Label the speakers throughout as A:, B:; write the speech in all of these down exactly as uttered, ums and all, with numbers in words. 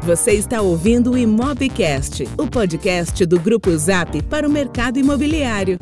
A: Você está ouvindo o Imobcast, o podcast do Grupo Zap para o mercado imobiliário.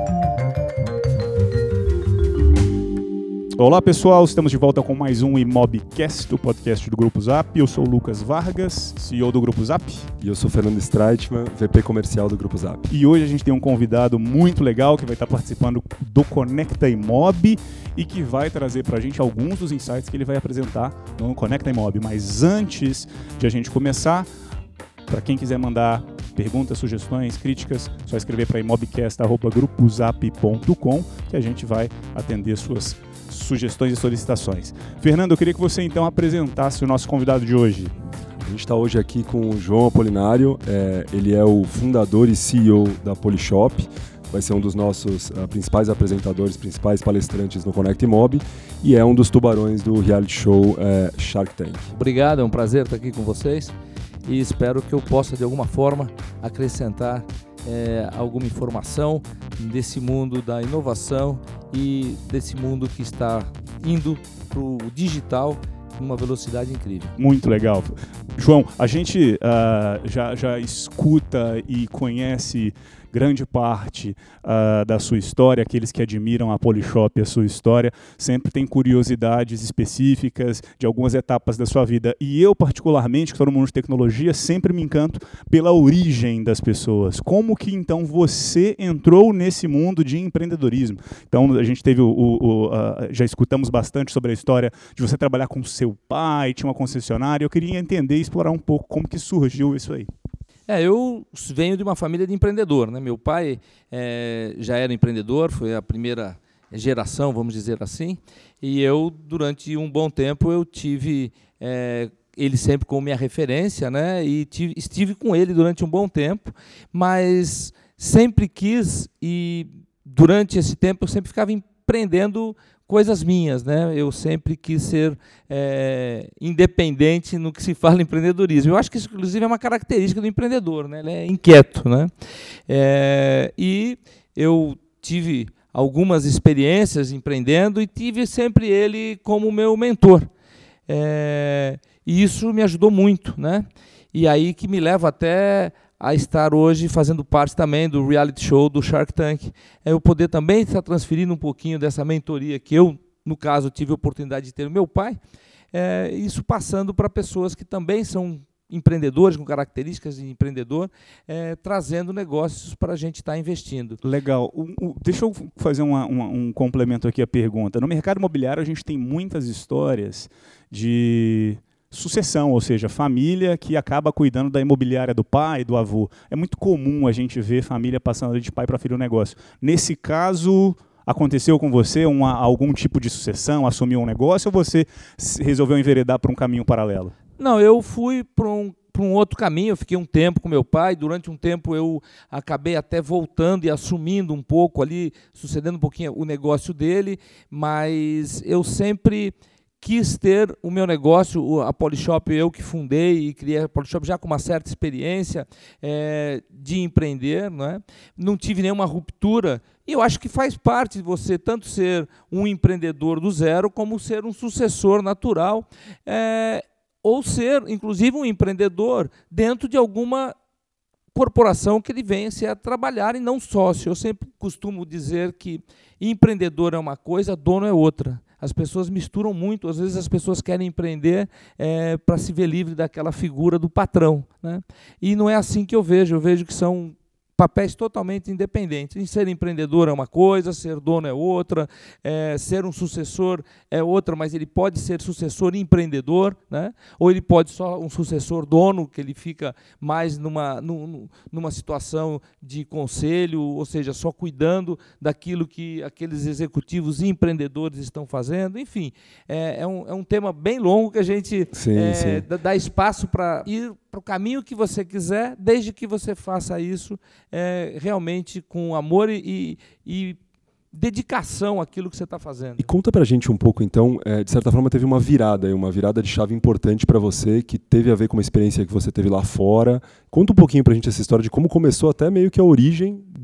B: Olá pessoal, estamos de volta com mais um Imobcast, o podcast do Grupo Zap. Eu sou o Lucas Vargas, C E O do Grupo Zap.
C: E eu sou Fernando Streitman, V P Comercial do Grupo Zap.
B: E hoje a gente tem um convidado muito legal que vai estar participando do Conecta Imob e que vai trazer para a gente alguns dos insights que ele vai apresentar no Conecta Imob. Mas antes de a gente começar, para quem quiser mandar perguntas, sugestões, críticas, só escrever para imobcast arroba grupo zap ponto com que a gente vai atender suas sugestões e solicitações. Fernando, eu queria que você então apresentasse o nosso convidado de hoje.
C: A gente está hoje aqui com o João Apolinário, é, ele é o fundador e C E O da Polishop, vai ser um dos nossos uh, principais apresentadores, principais palestrantes no Conecta Imob e é um dos tubarões do reality show uh, Shark Tank.
D: Obrigado, é um prazer estar aqui com vocês e espero que eu possa de alguma forma acrescentar é, alguma informação desse mundo da inovação e desse mundo que está indo para o digital numa velocidade incrível.
B: Muito legal. João, a gente uh, já, já escuta e conhece grande parte uh, da sua história, aqueles que admiram a Polishop e a sua história, sempre tem curiosidades específicas de algumas etapas da sua vida. E eu, particularmente, que estou no mundo de tecnologia, sempre me encanto pela origem das pessoas. Como que, então, você entrou nesse mundo de empreendedorismo? Então, a gente teve o... o, o uh, já escutamos bastante sobre a história de você trabalhar com seu pai, tinha uma concessionária. Eu queria entender e explorar um pouco como que surgiu isso aí.
D: É, eu venho de uma família de empreendedor, né? Meu pai é, já era empreendedor, foi a primeira geração, vamos dizer assim, e eu, durante um bom tempo, eu tive é, ele sempre como minha referência, né? E tive, estive com ele durante um bom tempo, mas sempre quis, e durante esse tempo eu sempre ficava empreendendo coisas minhas, né? Eu sempre quis ser é, independente no que se fala em empreendedorismo. Eu acho que isso, inclusive, é uma característica do empreendedor, né? Ele é inquieto, né? É, e eu tive algumas experiências empreendendo e tive sempre ele como meu mentor. É, e isso me ajudou muito, né? E aí que me leva até a estar hoje fazendo parte também do reality show do Shark Tank. É eu poder também estar transferindo um pouquinho dessa mentoria que eu, no caso, tive a oportunidade de ter o meu pai, é, isso passando para pessoas que também são empreendedores, com características de empreendedor, é, trazendo negócios para a gente estar investindo.
B: Legal. O, o, deixa eu fazer uma, uma, um complemento aqui à pergunta. No mercado imobiliário, a gente tem muitas histórias de sucessão, ou seja, família que acaba cuidando da imobiliária do pai, do avô. É muito comum a gente ver família passando de pai para filho o negócio. Nesse caso, aconteceu com você uma, algum tipo de sucessão, assumiu um negócio, ou você resolveu enveredar para um caminho paralelo?
D: Não, eu fui para um, para um outro caminho, eu fiquei um tempo com meu pai, durante um tempo eu acabei até voltando e assumindo um pouco ali, sucedendo um pouquinho o negócio dele, mas eu sempre quis ter o meu negócio, a Polishop, eu que fundei e criei a Polishop já com uma certa experiência é, de empreender, não é? Não tive nenhuma ruptura, e eu acho que faz parte de você tanto ser um empreendedor do zero, como ser um sucessor natural, é, ou ser, inclusive, um empreendedor dentro de alguma corporação que ele venha a trabalhar e não sócio. Eu sempre costumo dizer que empreendedor é uma coisa, dono é outra. As pessoas misturam muito, às vezes as pessoas querem empreender é, para se ver livre daquela figura do patrão, né? E não é assim que eu vejo, eu vejo que são papéis totalmente independentes. Em ser empreendedor é uma coisa, ser dono é outra, é, ser um sucessor é outra, mas ele pode ser sucessor e empreendedor, né? Ou ele pode só um sucessor dono, que ele fica mais numa, numa situação de conselho, ou seja, só cuidando daquilo que aqueles executivos e empreendedores estão fazendo. Enfim, é, é, um, é um tema bem longo que a gente
C: sim,
D: é,
C: sim.
D: dá, dá espaço para ir para o caminho que você quiser, desde que você faça isso é, realmente com amor e, e dedicação àquilo que você está fazendo.
C: E conta pra gente um pouco, então, é, de certa forma teve uma virada, uma virada de chave importante para você, que teve a ver com uma experiência que você teve lá fora. Conta um pouquinho pra gente essa história de como começou até meio que a origem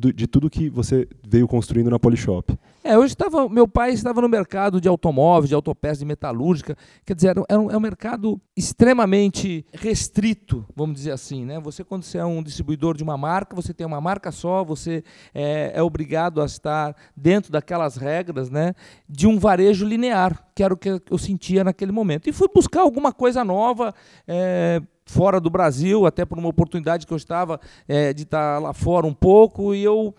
C: do, de tudo que você veio construindo na Polishop.
D: É, hoje estava, meu pai estava no mercado de automóveis, de autopeças, de metalúrgica, quer dizer, é um, é um mercado extremamente restrito, vamos dizer assim, né? Você, quando você é um distribuidor de uma marca, você tem uma marca só, você é, é obrigado a estar dentro daquelas regras, né, de um varejo linear, que era o que eu sentia naquele momento. E fui buscar alguma coisa nova, é, fora do Brasil, até por uma oportunidade que eu estava é, de estar lá fora um pouco, e eu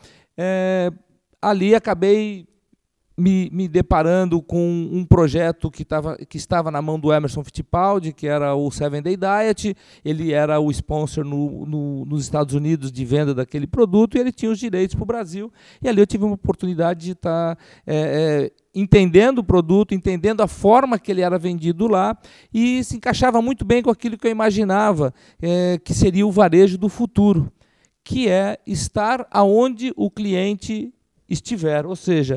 D: é, ali acabei Me, me deparando com um projeto que, tava, que estava na mão do Emerson Fittipaldi, que era o Seven Day Diet. Ele era o sponsor no, no, nos Estados Unidos de venda daquele produto, e ele tinha os direitos para o Brasil. E ali eu tive uma oportunidade de estar é, é, entendendo o produto, entendendo a forma que ele era vendido lá, e se encaixava muito bem com aquilo que eu imaginava é, que seria o varejo do futuro, que é estar aonde o cliente estiver, ou seja,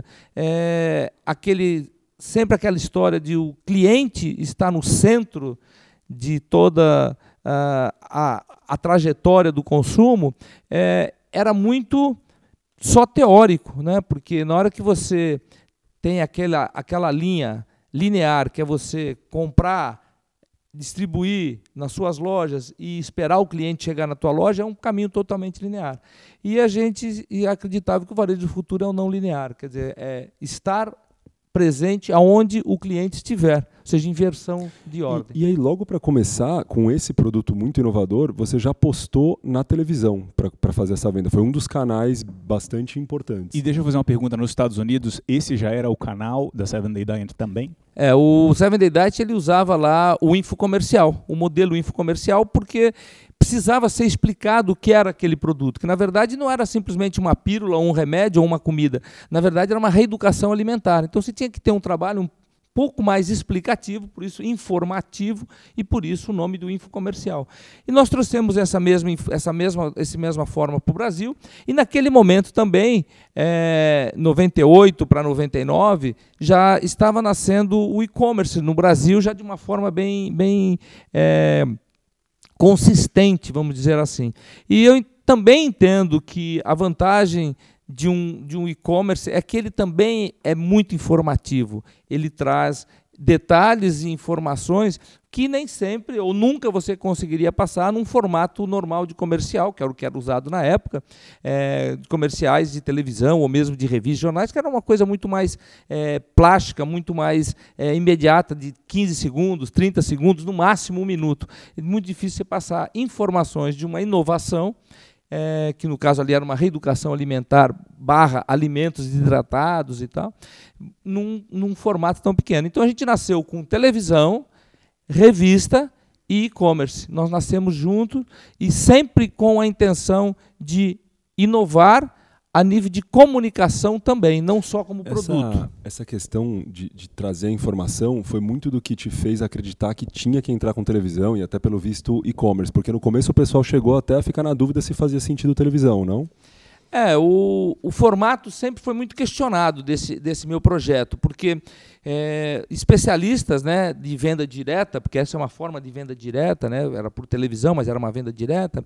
D: é, aquele, sempre aquela história de o cliente estar no centro de toda a, a, a trajetória do consumo, é, era muito só teórico, né? Porque na hora que você tem aquela, aquela linha linear, que é você comprar, distribuir nas suas lojas e esperar o cliente chegar na tua loja, é um caminho totalmente linear. E a gente acreditava que o varejo do futuro é o não linear, quer dizer, é estar presente aonde o cliente estiver, ou seja, inversão de ordem.
C: E, e aí, logo para começar, com esse produto muito inovador, você já postou na televisão para fazer essa venda. Foi um dos canais bastante importantes.
B: E deixa eu fazer uma pergunta. Nos Estados Unidos, esse já era o canal da Seven Day Diet também?
D: É, o Seven Day Diet, ele usava lá o infocomercial, o modelo infocomercial, porque precisava ser explicado o que era aquele produto, que na verdade não era simplesmente uma pílula, um remédio ou uma comida. Na verdade era uma reeducação alimentar. Então você tinha que ter um trabalho um pouco mais explicativo, por isso informativo, e por isso o nome do infocomercial. E nós trouxemos essa mesma, essa mesma, essa mesma forma para o Brasil, e naquele momento também, é, noventa e oito para noventa e nove, já estava nascendo o e-commerce no Brasil, já de uma forma bem, bem é, consistente, vamos dizer assim. E eu também entendo que a vantagem de um, de um e-commerce é que ele também é muito informativo. Ele traz detalhes e informações que nem sempre ou nunca você conseguiria passar num formato normal de comercial, que era o que era usado na época, é, comerciais de televisão ou mesmo de revistas, jornais, que era uma coisa muito mais é, plástica, muito mais é, imediata, de quinze segundos, trinta segundos, no máximo um minuto. É muito difícil você passar informações de uma inovação, É, que no caso ali era uma reeducação alimentar barra alimentos desidratados e tal, num, num formato tão pequeno. Então a gente nasceu com televisão, revista e e-commerce. Nós nascemos juntos e sempre com a intenção de inovar a nível de comunicação também, não só como produto.
C: Essa, essa questão de, de trazer a informação foi muito do que te fez acreditar que tinha que entrar com televisão e até, pelo visto, e-commerce, porque no começo o pessoal chegou até a ficar na dúvida se fazia sentido televisão, não?
D: É, o, o formato sempre foi muito questionado desse, desse meu projeto, porque é, especialistas, né, de venda direta, porque essa é uma forma de venda direta, né, era por televisão, mas era uma venda direta,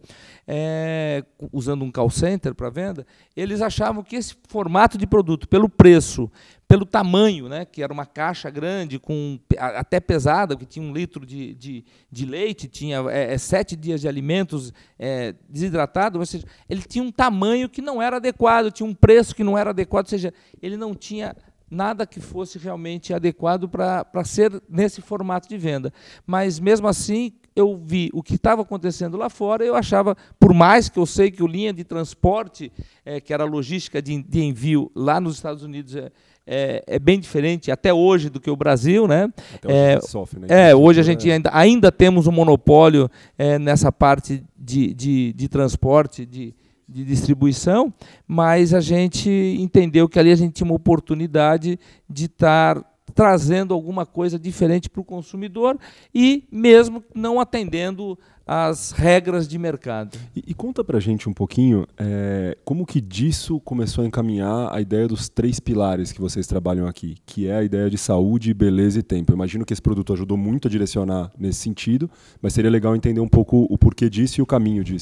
D: é, usando um call center para venda, eles achavam que esse formato de produto, pelo preço, pelo tamanho, né, que era uma caixa grande, com, até pesada, que tinha um litro de, de, de leite, tinha é, sete dias de alimentos é, desidratados, ou seja, ele tinha um tamanho que não era adequado, tinha um preço que não era adequado, ou seja, ele não tinha nada que fosse realmente adequado para ser nesse formato de venda. Mas, mesmo assim, eu vi o que estava acontecendo lá fora, eu achava, por mais que eu sei que o linha de transporte, é, que era a logística de, de envio lá nos Estados Unidos, é, é, é bem diferente até hoje do que o Brasil, né?
C: Até hoje
D: é,
C: a gente sofre, né?
D: É, hoje a gente ainda, ainda temos um monopólio é, nessa parte de, de, de transporte, de de distribuição, mas a gente entendeu que ali a gente tinha uma oportunidade de estar trazendo alguma coisa diferente para o consumidor e mesmo não atendendo às regras de mercado.
C: E, e conta para a gente um pouquinho é, como que disso começou a encaminhar a ideia dos três pilares que vocês trabalham aqui, que é a ideia de saúde, beleza e tempo. Eu imagino que esse produto ajudou muito a direcionar nesse sentido, mas seria legal entender um pouco o porquê disso e o caminho disso.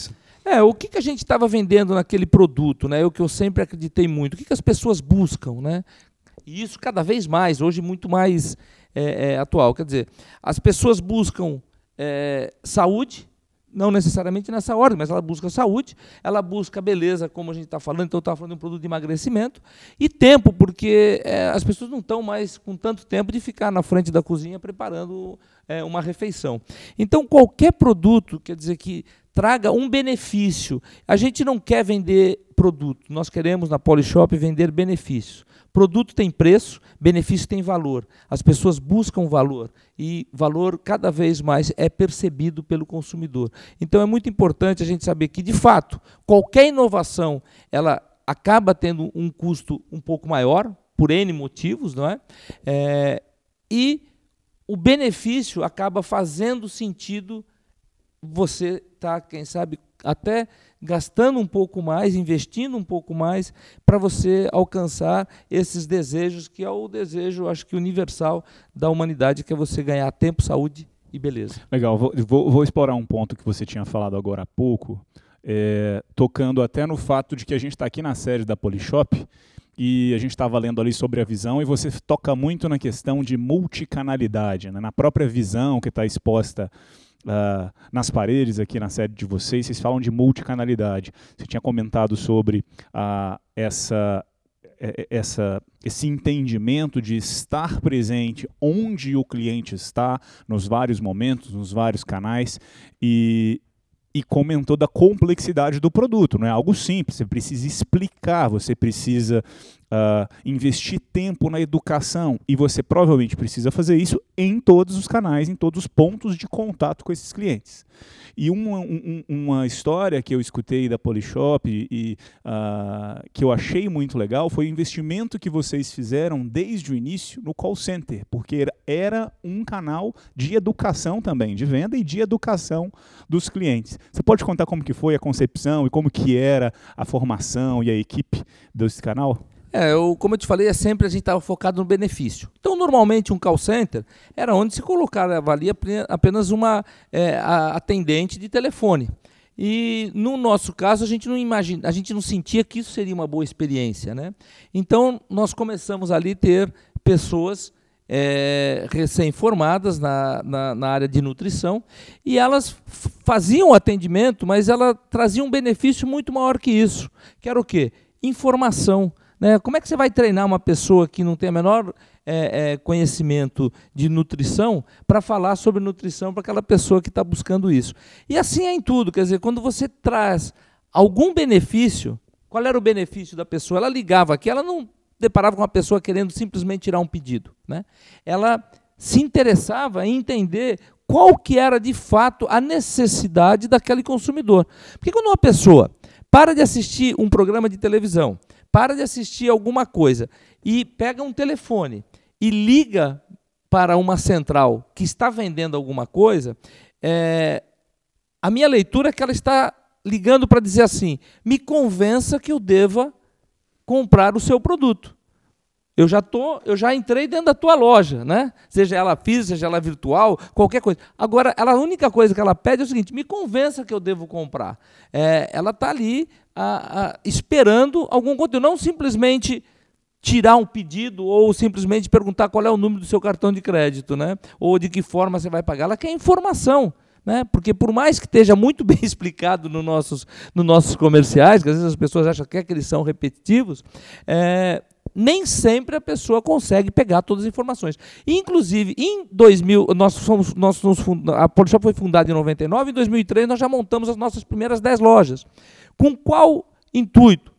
D: É, o que, que a gente estava vendendo naquele produto, né? É o que eu sempre acreditei muito. O que, que as pessoas buscam, né? E isso cada vez mais, hoje muito mais é, é, atual. Quer dizer, as pessoas buscam é, saúde, não necessariamente nessa ordem, mas ela busca saúde, ela busca beleza, como a gente está falando, então eu estava falando de um produto de emagrecimento, e tempo, porque é, as pessoas não estão mais com tanto tempo de ficar na frente da cozinha preparando é, uma refeição. Então, qualquer produto, quer dizer, que traga um benefício. A gente não quer vender produto, nós queremos na Polishop vender benefícios. Produto tem preço, benefício tem valor. As pessoas buscam valor e valor cada vez mais é percebido pelo consumidor. Então é muito importante a gente saber que, de fato, qualquer inovação ela acaba tendo um custo um pouco maior, por N motivos, não é? É, e o benefício acaba fazendo sentido você tá, quem sabe, até gastando um pouco mais, investindo um pouco mais, para você alcançar esses desejos, que é o desejo, acho que universal da humanidade, que é você ganhar tempo, saúde e beleza.
B: Legal, vou, vou, vou explorar um ponto que você tinha falado agora há pouco, é, tocando até no fato de que a gente está aqui na sede da Polishop, e a gente estava lendo ali sobre a visão, e você toca muito na questão de multicanalidade, né? Na própria visão que está exposta Uh, nas paredes aqui na sede de vocês, vocês falam de multicanalidade. Você tinha comentado sobre uh, essa, essa, esse entendimento de estar presente onde o cliente está, nos vários momentos, nos vários canais, e, e comentou da complexidade do produto. Não é algo simples, você precisa explicar, você precisa Uh, investir tempo na educação, e você provavelmente precisa fazer isso em todos os canais, em todos os pontos de contato com esses clientes. E uma, um, uma história que eu escutei da Polishop e uh, que eu achei muito legal foi o investimento que vocês fizeram desde o início no call center, porque era, era um canal de educação também, de venda e de educação dos clientes. Você pode contar como que foi a concepção e como que era a formação e a equipe desse canal?
D: É, eu, como eu te falei, é sempre a gente estava focado no benefício. Então, normalmente, um call center era onde se colocava ali apenas uma é, atendente de telefone. E, no nosso caso, a gente não imagina, a gente não sentia que isso seria uma boa experiência, né? Então, nós começamos ali a ter pessoas é, recém-formadas na, na, na área de nutrição, e elas faziam o atendimento, mas elas traziam um benefício muito maior que isso, que era o quê? Informação. Né? Como é que você vai treinar uma pessoa que não tem o menor é, é, conhecimento de nutrição para falar sobre nutrição para aquela pessoa que está buscando isso? E assim é em tudo, quer dizer, quando você traz algum benefício, qual era o benefício da pessoa? Ela ligava aqui, ela não deparava com uma pessoa querendo simplesmente tirar um pedido, né? Ela se interessava em entender qual que era de fato a necessidade daquele consumidor. Porque quando uma pessoa para de assistir um programa de televisão, para de assistir alguma coisa e pega um telefone e liga para uma central que está vendendo alguma coisa, é, a minha leitura é que ela está ligando para dizer assim, me convença que eu deva comprar o seu produto. Eu já, tô, eu já entrei dentro da tua loja, né? Seja ela física, seja ela virtual, qualquer coisa. Agora, ela, a única coisa que ela pede é o seguinte, me convença que eu devo comprar. É, ela está ali a, a, esperando algum conteúdo, não simplesmente tirar um pedido ou simplesmente perguntar qual é o número do seu cartão de crédito, né? Ou de que forma você vai pagar. Ela quer informação. Né? Porque por mais que esteja muito bem explicado no nossos, nos nossos comerciais, que às vezes as pessoas acham que, é que eles são repetitivos, é, nem sempre a pessoa consegue pegar todas as informações. Inclusive, em dois mil, nós fomos, nós nos fund... a Polishop foi fundada em noventa e nove, em dois mil e três nós já montamos as nossas primeiras dez lojas. Com qual intuito?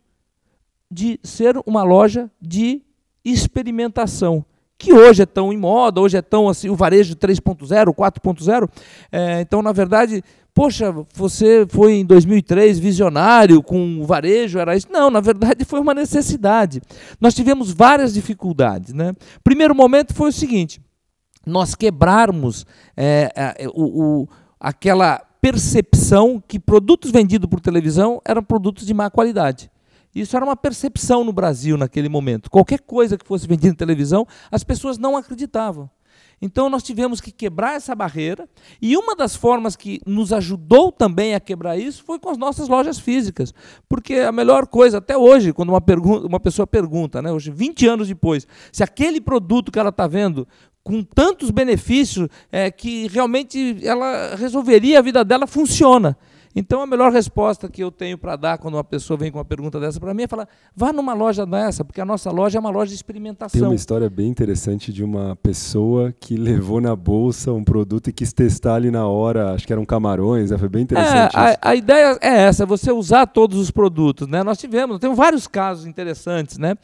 D: De ser uma loja de experimentação, que hoje é tão em moda, hoje é tão assim, o varejo três ponto zero, quatro ponto zero. É, então, na verdade, poxa, você foi em dois mil e três visionário com o varejo, era isso? Não, na verdade foi uma necessidade. Nós tivemos várias dificuldades, né? Primeiro momento foi o seguinte, nós quebrarmos é, é, o, o, aquela percepção que produtos vendidos por televisão eram produtos de má qualidade. Isso era uma percepção no Brasil naquele momento. Qualquer coisa que fosse vendida em televisão, as pessoas não acreditavam. Então, nós tivemos que quebrar essa barreira, e uma das formas que nos ajudou também a quebrar isso foi com as nossas lojas físicas, porque a melhor coisa, até hoje, quando uma, pergunta, uma pessoa pergunta, né, hoje, vinte anos depois, se aquele produto que ela está vendo, com tantos benefícios, é, que realmente ela resolveria a vida dela, funciona. Então, a melhor resposta que eu tenho para dar quando uma pessoa vem com uma pergunta dessa para mim é falar, vá numa loja dessa, porque a nossa loja é uma loja de experimentação.
C: Tem uma história bem interessante de uma pessoa que levou na bolsa um produto e quis testar ali na hora, acho que eram camarões, né? Foi bem interessante
D: é,
C: isso.
D: A, a ideia é essa, você usar todos os produtos, né? Nós tivemos, temos vários casos interessantes, né?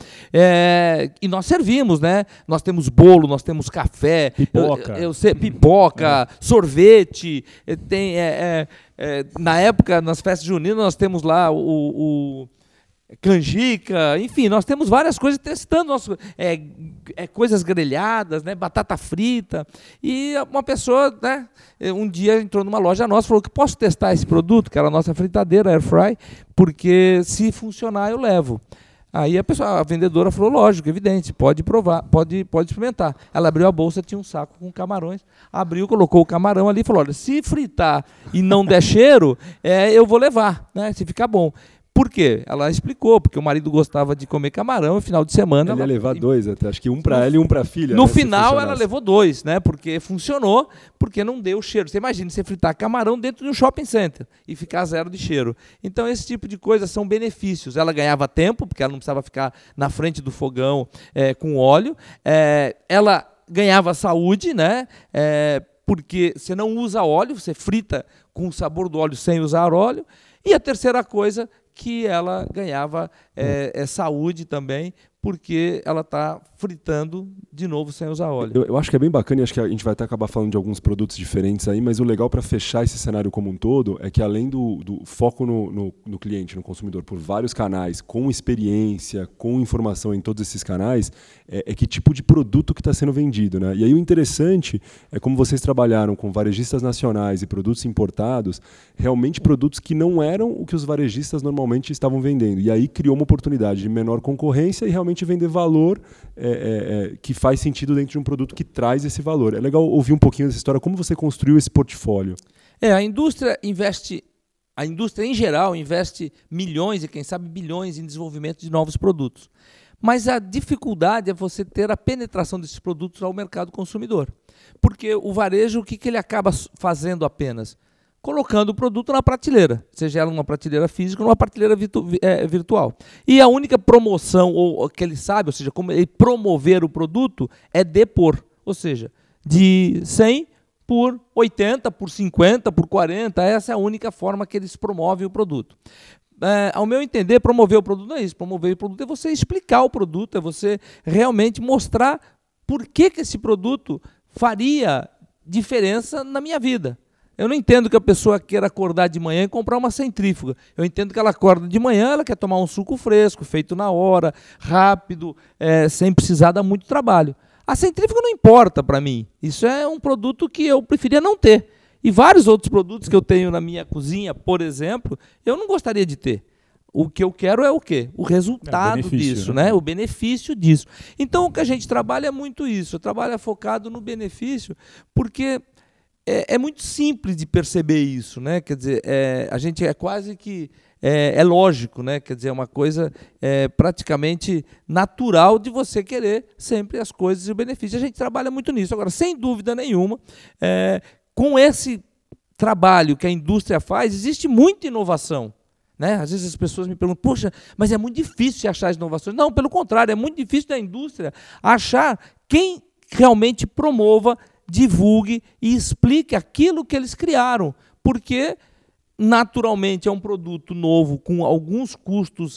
D: É, e nós servimos, né? Nós temos bolo, nós temos café,
B: pipoca,
D: eu, eu sei, pipoca, sorvete, tem... É, é, É, na época, nas festas juninas, nós temos lá o, o canjica, enfim, nós temos várias coisas testando, nosso, é, é, coisas grelhadas, né, batata frita, e uma pessoa, né, um dia entrou numa loja nossa e falou que posso testar esse produto, que era a nossa fritadeira, air fry, porque se funcionar eu levo. Aí a pessoa, a vendedora falou, lógico, evidente, pode provar, pode, pode experimentar. Ela abriu a bolsa, tinha um saco com camarões, abriu, colocou o camarão ali e falou, olha, se fritar e não der cheiro, é, eu vou levar, né, se ficar bom. Por quê? Ela explicou, porque o marido gostava de comer camarão, e final de semana...
C: Ela ia
D: ela...
C: levar dois até, acho que um para ela e um para a filha.
D: No
C: né,
D: final ela levou dois, né? Porque funcionou, porque não deu cheiro. Você imagina você fritar camarão dentro de um shopping center e ficar zero de cheiro. Então esse tipo de coisa são benefícios. Ela ganhava tempo, porque ela não precisava ficar na frente do fogão é, com óleo. É, ela ganhava saúde, né? É, porque você não usa óleo, você frita com o sabor do óleo sem usar óleo. E a terceira coisa, que ela ganhava é, é, saúde também, porque ela está fritando de novo sem usar óleo.
C: Eu, eu acho que é bem bacana, e acho que a gente vai até acabar falando de alguns produtos diferentes aí, mas o legal para fechar esse cenário como um todo é que além do, do foco no, no, no cliente, no consumidor, por vários canais, com experiência, com informação em todos esses canais, é, é que tipo de produto que está sendo vendido, né? E aí o interessante é como vocês trabalharam com varejistas nacionais e produtos importados, realmente produtos que não eram o que os varejistas normalmente estavam vendendo. E aí criou uma oportunidade de menor concorrência e realmente vender valor é, é, é, que faz sentido dentro de um produto que traz esse valor. É legal ouvir um pouquinho dessa história, como você construiu esse portfólio.
D: É, a indústria investe, a indústria em geral investe milhões e quem sabe bilhões em desenvolvimento de novos produtos. Mas a dificuldade é você ter a penetração desses produtos ao mercado consumidor. Porque o varejo, o que, que ele acaba fazendo apenas? Colocando o produto na prateleira, seja ela numa prateleira física ou numa prateleira virtu é, virtual. E a única promoção ou, que ele sabe, ou seja, como ele promover o produto, é depor. Ou seja, de cem por oitenta, por cinquenta, por quarenta, essa é a única forma que eles promovem o produto. É, ao meu entender, promover o produto não é isso. Promover o produto é você explicar o produto, é você realmente mostrar por que, que esse produto faria diferença na minha vida. Eu não entendo que a pessoa queira acordar de manhã e comprar uma centrífuga. Eu entendo que ela acorda de manhã, ela quer tomar um suco fresco, feito na hora, rápido, é, sem precisar dar muito trabalho. A centrífuga não importa para mim. Isso é um produto que eu preferia não ter. E vários outros produtos que eu tenho na minha cozinha, por exemplo, eu não gostaria de ter. O que eu quero é o quê? O resultado é, o disso, né? né? O benefício disso. Então, o que a gente trabalha é muito isso. Trabalha focado no benefício, porque... É, é muito simples de perceber isso, né? Quer dizer, é, a gente é quase que é, é lógico, né? Quer dizer, é uma coisa é, praticamente natural de você querer sempre as coisas e o benefício. A gente trabalha muito nisso. Agora, sem dúvida nenhuma, é, com esse trabalho que a indústria faz, existe muita inovação. Né? Às vezes as pessoas me perguntam, poxa, mas é muito difícil achar as inovações. Não, pelo contrário, é muito difícil da indústria achar quem realmente promova, divulgue e explique aquilo que eles criaram, porque naturalmente é um produto novo com alguns custos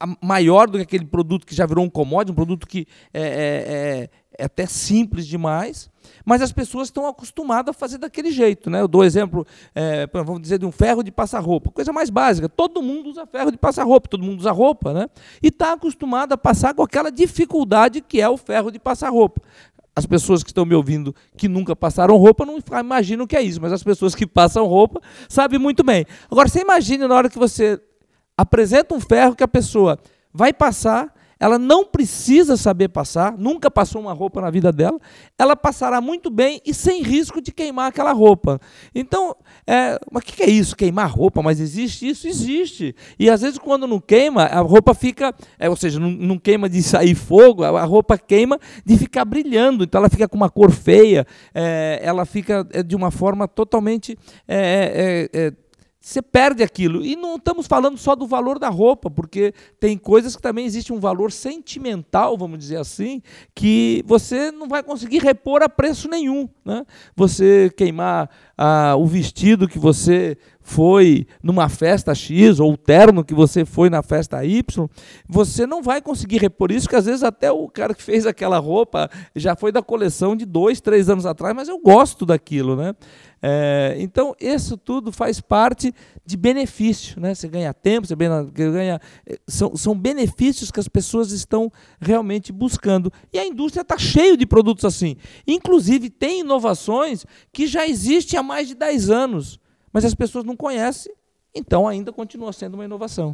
D: maior do que aquele produto que já virou um commodity, um produto que é, é, é até simples demais, mas as pessoas estão acostumadas a fazer daquele jeito. Né? Eu dou exemplo, é, vamos dizer, de um ferro de passar roupa, coisa mais básica, todo mundo usa ferro de passar roupa, todo mundo usa roupa, né? E está acostumado a passar com aquela dificuldade que é o ferro de passar roupa. As pessoas que estão me ouvindo que nunca passaram roupa não imaginam o que é isso, mas as pessoas que passam roupa sabem muito bem. Agora, você imagine na hora que você apresenta um ferro que a pessoa vai passar, ela não precisa saber passar, nunca passou uma roupa na vida dela, ela passará muito bem e sem risco de queimar aquela roupa. Então, é, mas o que é isso, queimar roupa? Mas existe isso? Existe. E às vezes quando não queima, a roupa fica, é, ou seja, não, não queima de sair fogo, a roupa queima de ficar brilhando, então ela fica com uma cor feia, é, ela fica de uma forma totalmente... É, é, é, você perde aquilo. E não estamos falando só do valor da roupa, porque tem coisas que também existe um valor sentimental, vamos dizer assim, que você não vai conseguir repor a preço nenhum, né? Você queimar ah, o vestido que você foi numa festa X, ou o terno que você foi na festa Y, você não vai conseguir repor isso, que às vezes até o cara que fez aquela roupa já foi da coleção de dois, três anos atrás, mas eu gosto daquilo, né? É, então, isso tudo faz parte de benefício, né? Você ganha tempo, você ganha... São, são benefícios que as pessoas estão realmente buscando. E a indústria está cheia de produtos assim. Inclusive, tem inovações que já existem há mais de dez anos, mas as pessoas não conhecem, então ainda continua sendo uma inovação.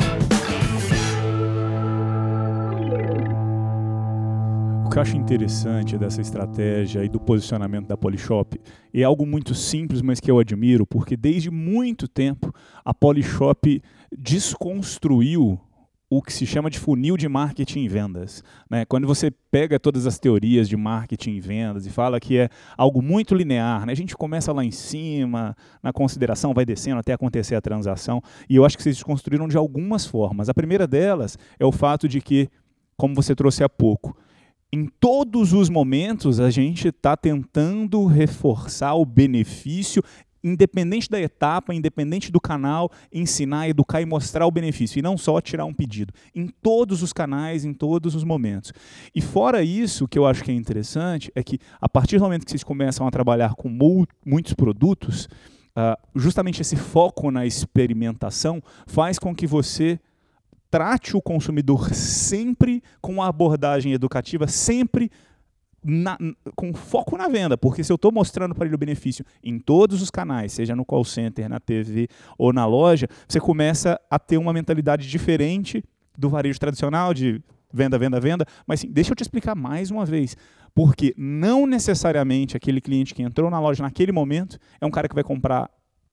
B: O que eu acho interessante dessa estratégia e do posicionamento da Polishop é algo muito simples, mas que eu admiro, porque desde muito tempo a Polishop desconstruiu o que se chama de funil de marketing e vendas, né? Quando você pega todas as teorias de marketing e vendas e fala que é algo muito linear, né? A gente começa lá em cima, na consideração, vai descendo até acontecer a transação, e eu acho que vocês desconstruíram de algumas formas. A primeira delas é o fato de que, como você trouxe há pouco, em todos os momentos a gente está tentando reforçar o benefício, independente da etapa, independente do canal, ensinar, educar e mostrar o benefício, e não só tirar um pedido. Em todos os canais, em todos os momentos. E fora isso, o que eu acho que é interessante é que, a partir do momento que vocês começam a trabalhar com mu- muitos produtos, uh, justamente esse foco na experimentação faz com que você trate o consumidor sempre com a abordagem educativa, sempre na, com foco na venda, porque se eu estou mostrando para ele o benefício em todos os canais, seja no call center, na T V ou na loja, você começa a ter uma mentalidade diferente do varejo tradicional de venda, venda, venda. Mas sim, deixa eu te explicar mais uma vez, porque não necessariamente aquele cliente que entrou na loja naquele momento é um cara que vai comprar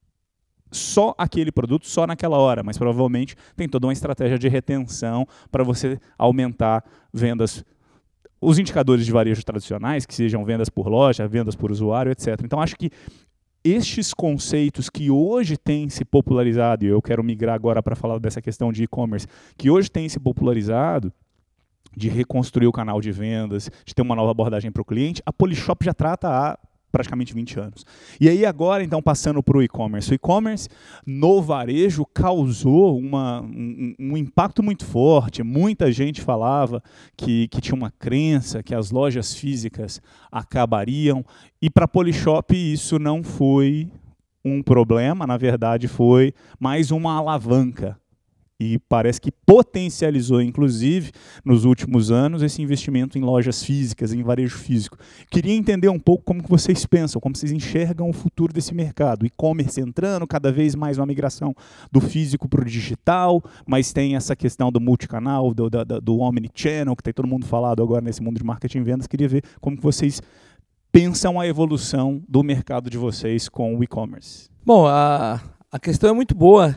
B: só aquele produto, só naquela hora, mas provavelmente tem toda uma estratégia de retenção para você aumentar vendas, os indicadores de varejo tradicionais, que sejam vendas por loja, vendas por usuário, etcétera. Então, acho que estes conceitos que hoje têm se popularizado, e eu quero migrar agora para falar dessa questão de e-commerce, que hoje tem se popularizado, de reconstruir o canal de vendas, de ter uma nova abordagem para o cliente, a Polishop já trata há praticamente vinte anos. E aí agora, então, passando para o e-commerce. O e-commerce no varejo causou uma, um, um impacto muito forte. Muita gente falava que, que tinha uma crença que as lojas físicas acabariam. E para a Polishop isso não foi um problema, na verdade foi mais uma alavanca. E parece que potencializou, inclusive, nos últimos anos, esse investimento em lojas físicas, em varejo físico. Queria entender um pouco como que vocês pensam, como vocês enxergam o futuro desse mercado. E-commerce entrando, cada vez mais uma migração do físico para o digital, mas tem essa questão do multicanal, do, do, do omnichannel, que tem todo mundo falado agora nesse mundo de marketing e vendas. Queria ver como que vocês pensam a evolução do mercado de vocês com o e-commerce.
D: Bom, a, a questão é muito boa.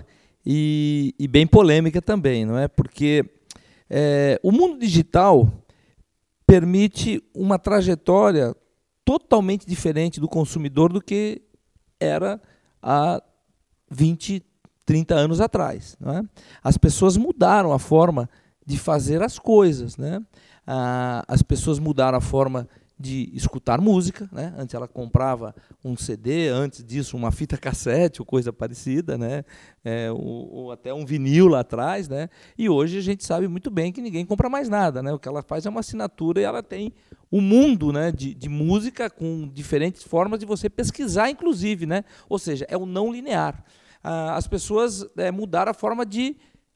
D: E, e bem polêmica também, não é? Porque é, o mundo digital permite uma trajetória totalmente diferente do consumidor do que era há vinte, trinta anos atrás, não é? As pessoas mudaram a forma de fazer as coisas, né? Ah, as pessoas mudaram a forma de escutar música, né? Antes ela comprava um C D, antes disso uma fita cassete ou coisa parecida, né? É, ou, ou até um vinil lá atrás, né? E hoje a gente sabe muito bem que ninguém compra mais nada, né? O que ela faz é uma assinatura e ela tem um mundo, né, de, de música com diferentes formas de você pesquisar, inclusive, né? Ou seja, é o não linear. Ah, as pessoas é, mudaram a forma de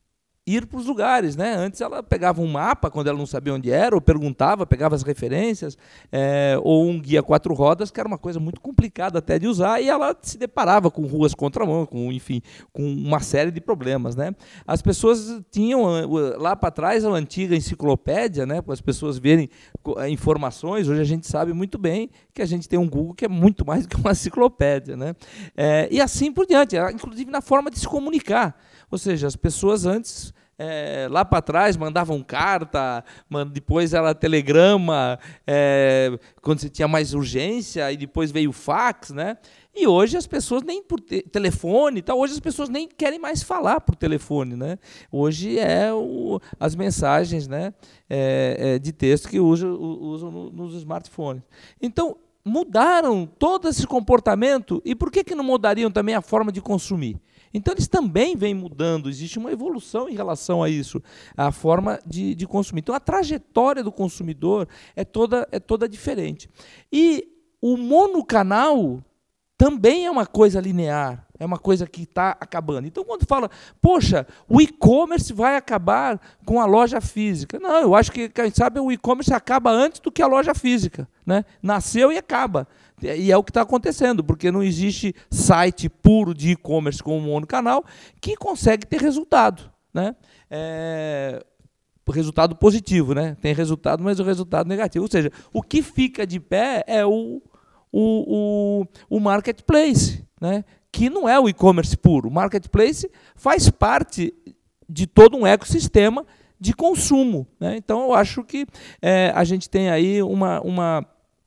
D: ir para os lugares, né? Antes ela pegava um mapa, quando ela não sabia onde era, ou perguntava, pegava as referências, é, ou um guia quatro rodas, que era uma coisa muito complicada até de usar, e ela se deparava com ruas contramão, com, enfim, com uma série de problemas, né? As pessoas tinham, lá para trás, a antiga enciclopédia, né? Para as pessoas verem informações. Hoje a gente sabe muito bem que a gente tem um Google que é muito mais do que uma enciclopédia, né? É, e assim por diante, inclusive na forma de se comunicar. Ou seja, as pessoas antes, é, lá para trás, mandavam carta, depois era telegrama, é, quando você tinha mais urgência, e depois veio o fax, né? E hoje as pessoas nem por te telefone, tá? Hoje as pessoas nem querem mais falar por telefone, né? Hoje é o, as mensagens, né, é, é, de texto que usam, usam no, nos smartphones. Então, mudaram todo esse comportamento, e por que, que não mudariam também a forma de consumir? Então, eles também vêm mudando, existe uma evolução em relação a isso, a forma de, de consumir. Então, a trajetória do consumidor é toda, é toda diferente. E o monocanal também é uma coisa linear, é uma coisa que está acabando. Então, quando fala, poxa, o e-commerce vai acabar com a loja física. Não, eu acho que, quem sabe, o e-commerce acaba antes do que a loja física, né? Nasceu e acaba. E é o que está acontecendo, porque não existe site puro de e-commerce como o monocanal que consegue ter resultado, né? É, resultado positivo, né? Tem resultado, mas o resultado negativo. Ou seja, o que fica de pé é o, o, o, o marketplace, né? Que não é o e-commerce puro. O marketplace faz parte de todo um ecossistema de consumo, né? Então, eu acho que é, a gente tem aí uma... uma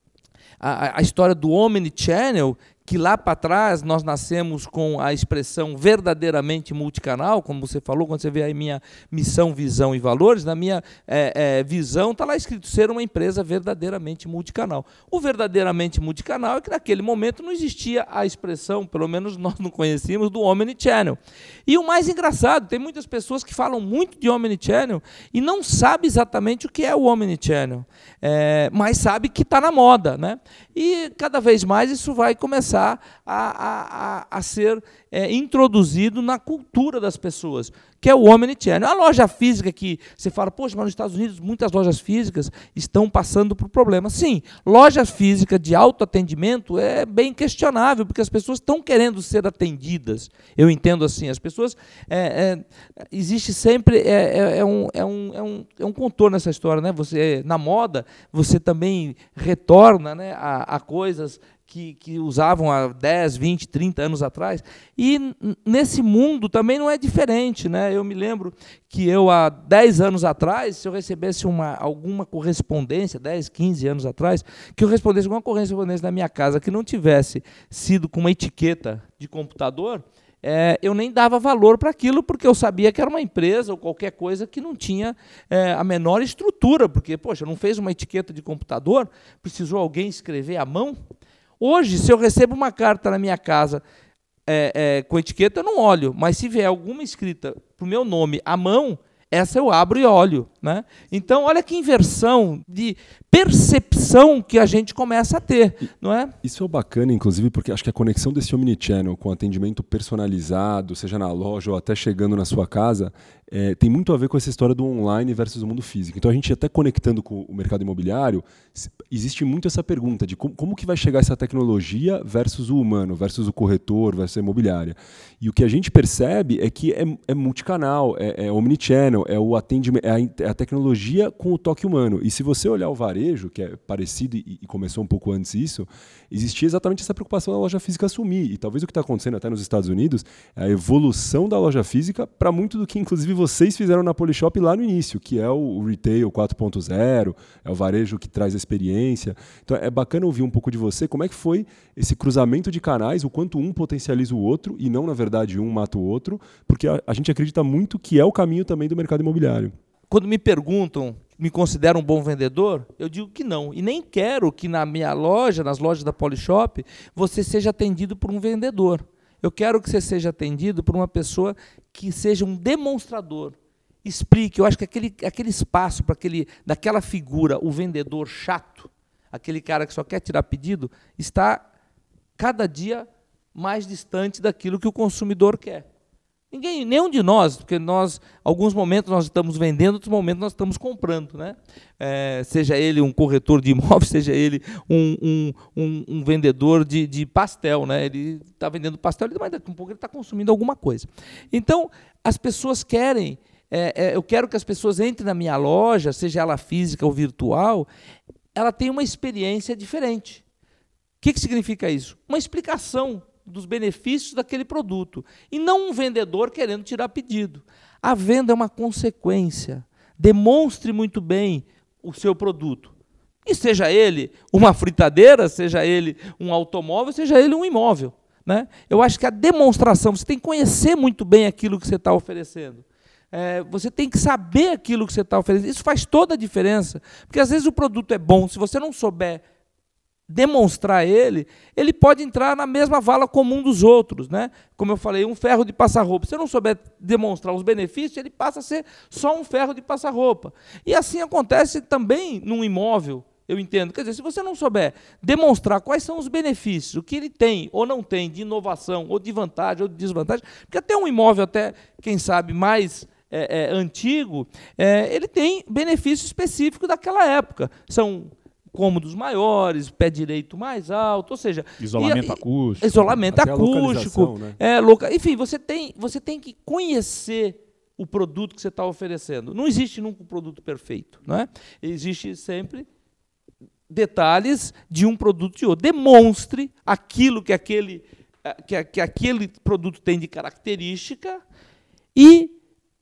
D: A, a história do Omnichannel, que lá para trás nós nascemos com a expressão verdadeiramente multicanal, como você falou, quando você vê aí minha missão, visão e valores, na minha é, é, visão está lá escrito ser uma empresa verdadeiramente multicanal. O verdadeiramente multicanal é que naquele momento não existia a expressão, pelo menos nós não conhecíamos, do Omnichannel. E o mais engraçado, tem muitas pessoas que falam muito de Omnichannel e não sabem exatamente o que é o Omnichannel, é, mas sabe que está na moda, né? E cada vez mais isso vai começar A, a, a, a ser é, introduzido na cultura das pessoas, que é o Omnichannel. A loja física que você fala, poxa, mas nos Estados Unidos muitas lojas físicas estão passando por problemas. Sim, loja física de autoatendimento é bem questionável, porque as pessoas estão querendo ser atendidas. Eu entendo assim, as pessoas... É, é, existe sempre... É, é, é, um, é, um, é, um, é um contorno nessa história, né? Você, na moda, você também retorna, né, a, a coisas... Que, que usavam há dez, vinte, trinta anos atrás. E nesse mundo também não é diferente, né? Eu me lembro que eu, há dez anos atrás, se eu recebesse uma, alguma correspondência, dez, quinze anos atrás, que eu respondesse alguma correspondência na minha casa que não tivesse sido com uma etiqueta de computador, é, eu nem dava valor para aquilo, porque eu sabia que era uma empresa ou qualquer coisa que não tinha é, a menor estrutura, porque, poxa, não fez uma etiqueta de computador, precisou alguém escrever à mão. Hoje, se eu recebo uma carta na minha casa é, é, com etiqueta, eu não olho. Mas se vier alguma escrita para o meu nome à mão, essa eu abro e olho, né? Então, olha que inversão de percepção que a gente começa a ter, não é?
C: Isso é bacana, inclusive, porque acho que a conexão desse Omnichannel com atendimento personalizado, seja na loja ou até chegando na sua casa, é, tem muito a ver com essa história do online versus o mundo físico. Então, a gente até conectando com o mercado imobiliário, existe muito essa pergunta de como, como que vai chegar essa tecnologia versus o humano, versus o corretor, versus a imobiliária. E o que a gente percebe é que é, é multicanal, é, é Omnichannel, é, o atendimento, é, a, é a tecnologia com o toque humano. E se você olhar o varejo, que é parecido e, e começou um pouco antes isso, existia exatamente essa preocupação da loja física assumir. E talvez o que está acontecendo até nos Estados Unidos é a evolução da loja física para muito do que, inclusive, vocês fizeram na Polishop lá no início, que é o Retail quatro ponto zero, é o varejo que traz a experiência. Então é bacana ouvir um pouco de você, como é que foi esse cruzamento de canais, o quanto um potencializa o outro e não, na verdade, um mata o outro, porque a, a gente acredita muito que é o caminho também do mercado imobiliário.
D: Quando me perguntam, me considero um bom vendedor? Eu digo que não. E nem quero que na minha loja, nas lojas da Polishop, você seja atendido por um vendedor. Eu quero que você seja atendido por uma pessoa que seja um demonstrador. Explique. Eu acho que aquele, aquele espaço para aquele, daquela figura, o vendedor chato, aquele cara que só quer tirar pedido, está cada dia mais distante daquilo que o consumidor quer. Ninguém, nenhum de nós, porque nós, alguns momentos nós estamos vendendo, outros momentos nós estamos comprando, né? É, seja ele um corretor de imóveis, seja ele um, um, um, um vendedor de, de pastel, né? Ele está vendendo pastel, mas daqui a um pouco ele está consumindo alguma coisa. Então, as pessoas querem, é, é, eu quero que as pessoas entrem na minha loja, seja ela física ou virtual, ela tem uma experiência diferente. O que, que significa isso? Uma explicação dos benefícios daquele produto, e não um vendedor querendo tirar pedido. A venda é uma consequência. Demonstre muito bem o seu produto. E seja ele uma fritadeira, seja ele um automóvel, seja ele um imóvel, né? Eu acho que a demonstração, você tem que conhecer muito bem aquilo que você está oferecendo. É, você tem que saber aquilo que você está oferecendo. Isso faz toda a diferença. Porque às vezes o produto é bom, se você não souber demonstrar ele, ele pode entrar na mesma vala comum dos outros, né? Como eu falei, um ferro de passar roupa. Se eu não souber demonstrar os benefícios, ele passa a ser só um ferro de passar roupa. E assim acontece também num imóvel, eu entendo. Quer dizer, se você não souber demonstrar quais são os benefícios, o que ele tem ou não tem de inovação, ou de vantagem, ou de desvantagem, porque até um imóvel, até, quem sabe, mais é, é, antigo, é, ele tem benefício específico daquela época. São cômodos maiores, pé direito mais alto, ou seja...
B: Isolamento
D: e,
B: acústico.
D: Isolamento
C: até
D: acústico.
C: Né?
D: É, loca... Enfim, você tem, você tem que conhecer o produto que você está oferecendo. Não existe nunca um produto perfeito, não é? Existe sempre detalhes de um produto e outro. Demonstre aquilo que aquele, que, que aquele produto tem de característica e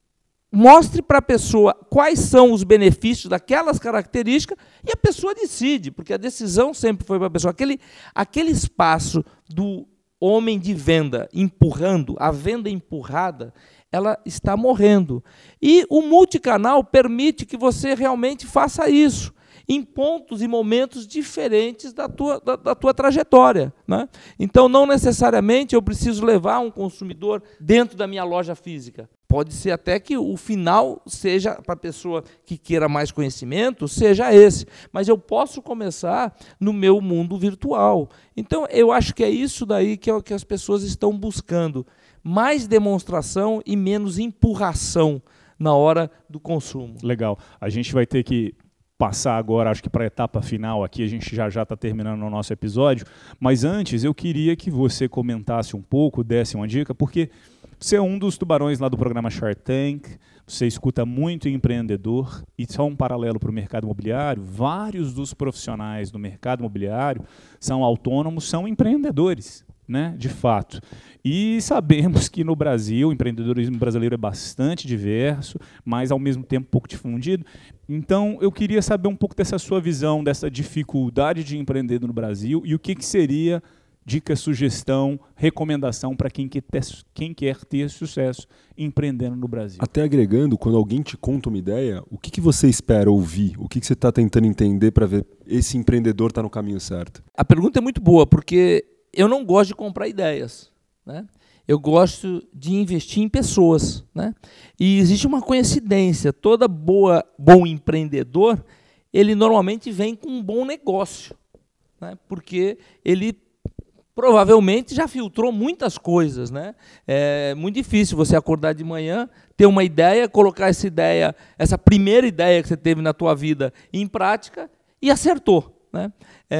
D: mostre para a pessoa quais são os benefícios daquelas características e a pessoa decide, porque a decisão sempre foi para a pessoa. Aquele, aquele espaço do homem de venda empurrando, a venda empurrada, ela está morrendo. E o multicanal permite que você realmente faça isso em pontos e momentos diferentes da tua, da, da tua trajetória, né? Então, não necessariamente eu preciso levar um consumidor dentro da minha loja física. Pode ser até que o final seja, para a pessoa que queira mais conhecimento, seja esse. Mas eu posso começar no meu mundo virtual. Então, eu acho que é isso daí que é o que as pessoas estão buscando. Mais demonstração e menos empurração na hora do consumo.
B: Legal. A gente vai ter que passar agora, acho que para a etapa final aqui, a gente já já está terminando o nosso episódio, mas antes eu queria que você comentasse um pouco, desse uma dica, porque você é um dos tubarões lá do programa Shark Tank, você escuta muito empreendedor, e só um paralelo para o mercado imobiliário, vários dos profissionais do mercado imobiliário são autônomos, são empreendedores, né, de fato. E sabemos que no Brasil o empreendedorismo brasileiro é bastante diverso, mas ao mesmo tempo um pouco difundido. Então eu queria saber um pouco dessa sua visão, dessa dificuldade de empreender no Brasil e o que, que seria dica, sugestão, recomendação para quem quer ter, quem quer ter sucesso empreendendo no Brasil.
C: Até agregando, quando alguém te conta uma ideia, o que, que você espera ouvir? O que, que você está tentando entender para ver esse empreendedor está no caminho certo?
D: A pergunta é muito boa, porque eu não gosto de comprar ideias, né? Eu gosto de investir em pessoas, né? E existe uma coincidência, toda boa, bom empreendedor, ele normalmente vem com um bom negócio, né? Porque ele provavelmente já filtrou muitas coisas, né? É muito difícil você acordar de manhã, ter uma ideia, colocar essa ideia, essa primeira ideia que você teve na tua vida em prática e acertou, né?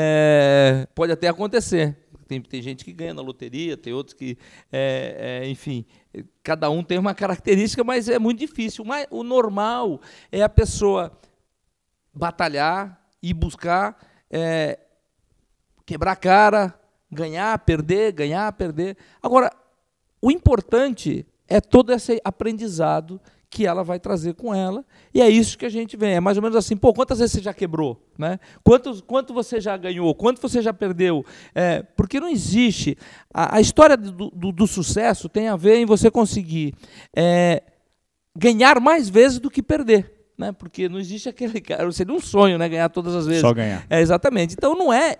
D: É, pode até acontecer. Tem, tem gente que ganha na loteria, tem outros que, é, é, enfim, cada um tem uma característica, mas é muito difícil. Mas o normal é a pessoa batalhar e buscar é, quebrar a cara, ganhar, perder, ganhar, perder. Agora, o importante é todo esse aprendizado que ela vai trazer com ela, e é isso que a gente vê. É mais ou menos assim, pô, quantas vezes você já quebrou? Né? Quantos, quanto você já ganhou? Quanto você já perdeu? É, porque não existe... A, a história do, do, do sucesso tem a ver em você conseguir é, ganhar mais vezes do que perder. Né? Porque não existe aquele cara... Seria um sonho, né? Ganhar todas as vezes.
B: Só ganhar.
D: É, exatamente. Então, não é...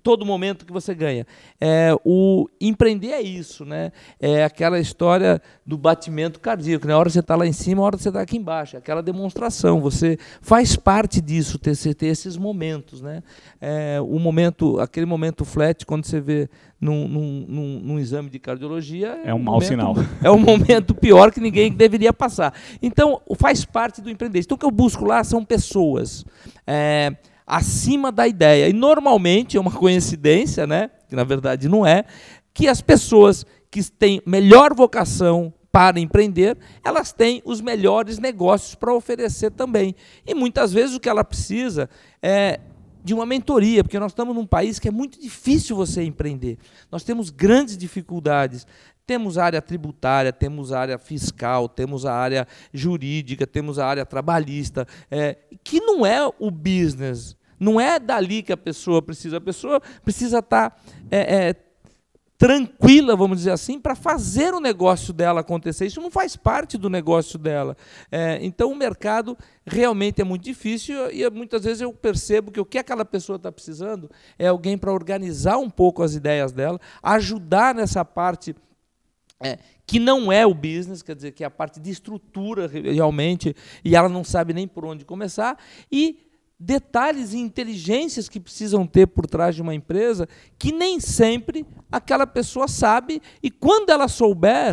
D: todo momento que você ganha. É, o empreender é isso, né? É aquela história do batimento cardíaco. Na hora que você está lá em cima, na hora que você está aqui embaixo. É aquela demonstração. Você faz parte disso, ter, ter esses momentos, né? É, o momento, aquele momento flat, quando você vê num, num, num, num exame de cardiologia...
B: É um mau sinal.
D: É um momento pior que ninguém deveria passar. Então, faz parte do empreender. Então, o que eu busco lá são pessoas é, acima da ideia. E, normalmente, é uma coincidência, né, que na verdade não é, que as pessoas que têm melhor vocação para empreender, elas têm os melhores negócios para oferecer também. E, muitas vezes, o que ela precisa é de uma mentoria, porque nós estamos num país que é muito difícil você empreender. Nós temos grandes dificuldades. Temos a área tributária, temos a área fiscal, temos a área jurídica, temos a área trabalhista, é, que não é o business, não é dali que a pessoa precisa. A pessoa precisa estar é, é, tranquila, vamos dizer assim, para fazer o negócio dela acontecer. Isso não faz parte do negócio dela. É, então, o mercado realmente é muito difícil e muitas vezes eu percebo que o que aquela pessoa está precisando é alguém para organizar um pouco as ideias dela, ajudar nessa parte É, que não é o business, quer dizer, que é a parte de estrutura realmente, e ela não sabe nem por onde começar, e detalhes e inteligências que precisam ter por trás de uma empresa, que nem sempre aquela pessoa sabe, e quando ela souber,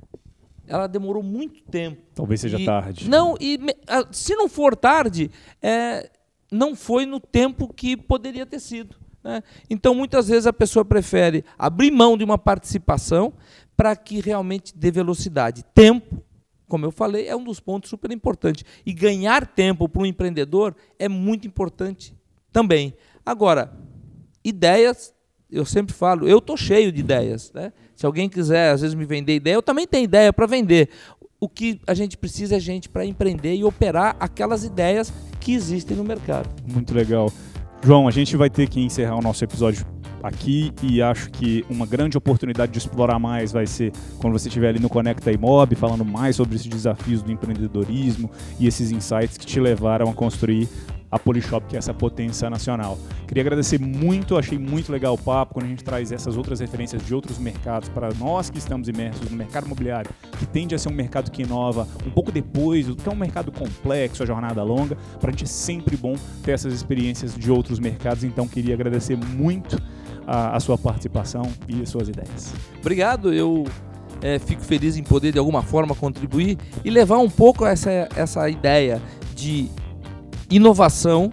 D: ela demorou muito tempo.
B: Talvez seja
D: e,
B: tarde.
D: Não, e se não for tarde, é, não foi no tempo que poderia ter sido. Né? Então, muitas vezes, a pessoa prefere abrir mão de uma participação para que realmente dê velocidade. Tempo, como eu falei, é um dos pontos super importantes. E ganhar tempo para um empreendedor é muito importante também. Agora, ideias, eu sempre falo, eu estou cheio de ideias. Né? Se alguém quiser, às vezes, me vender ideia, eu também tenho ideia para vender. O que a gente precisa é gente para empreender e operar aquelas ideias que existem no mercado.
B: Muito legal. João, a gente vai ter que encerrar o nosso episódio aqui e acho que uma grande oportunidade de explorar mais vai ser quando você estiver ali no Conecta Imob, falando mais sobre esses desafios do empreendedorismo e esses insights que te levaram a construir a Polishop, que é essa potência nacional. Queria agradecer muito, achei muito legal o papo, quando a gente traz essas outras referências de outros mercados para nós que estamos imersos no mercado imobiliário, que tende a ser um mercado que inova um pouco depois, que é um mercado complexo, a jornada longa, para a gente é sempre bom ter essas experiências de outros mercados, então queria agradecer muito a, a sua participação e as suas ideias.
D: Obrigado, eu é, fico feliz em poder de alguma forma contribuir e levar um pouco essa, essa ideia de inovação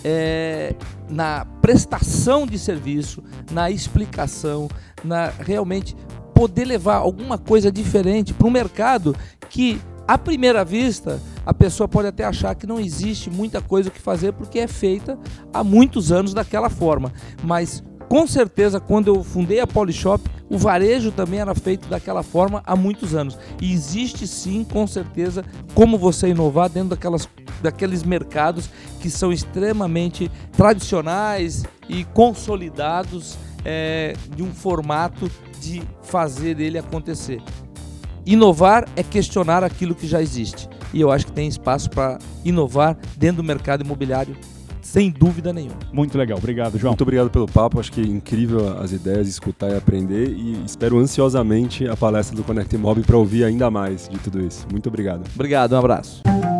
D: é, na prestação de serviço, na explicação, na realmente poder levar alguma coisa diferente para um mercado que, à primeira vista, a pessoa pode até achar que não existe muita coisa o que fazer porque é feita há muitos anos daquela forma, mas com certeza, quando eu fundei a Polishop, o varejo também era feito daquela forma há muitos anos. E existe sim, com certeza, como você inovar dentro daquelas, daqueles mercados que são extremamente tradicionais e consolidados é, de um formato de fazer ele acontecer. Inovar é questionar aquilo que já existe. E eu acho que tem espaço para inovar dentro do mercado imobiliário, sem dúvida nenhuma.
B: Muito legal, obrigado, João.
C: Muito obrigado pelo papo, acho que é incrível as ideias, escutar e aprender, e espero ansiosamente a palestra do Conecta Imob para ouvir ainda mais de tudo isso. Muito obrigado.
D: Obrigado, um abraço.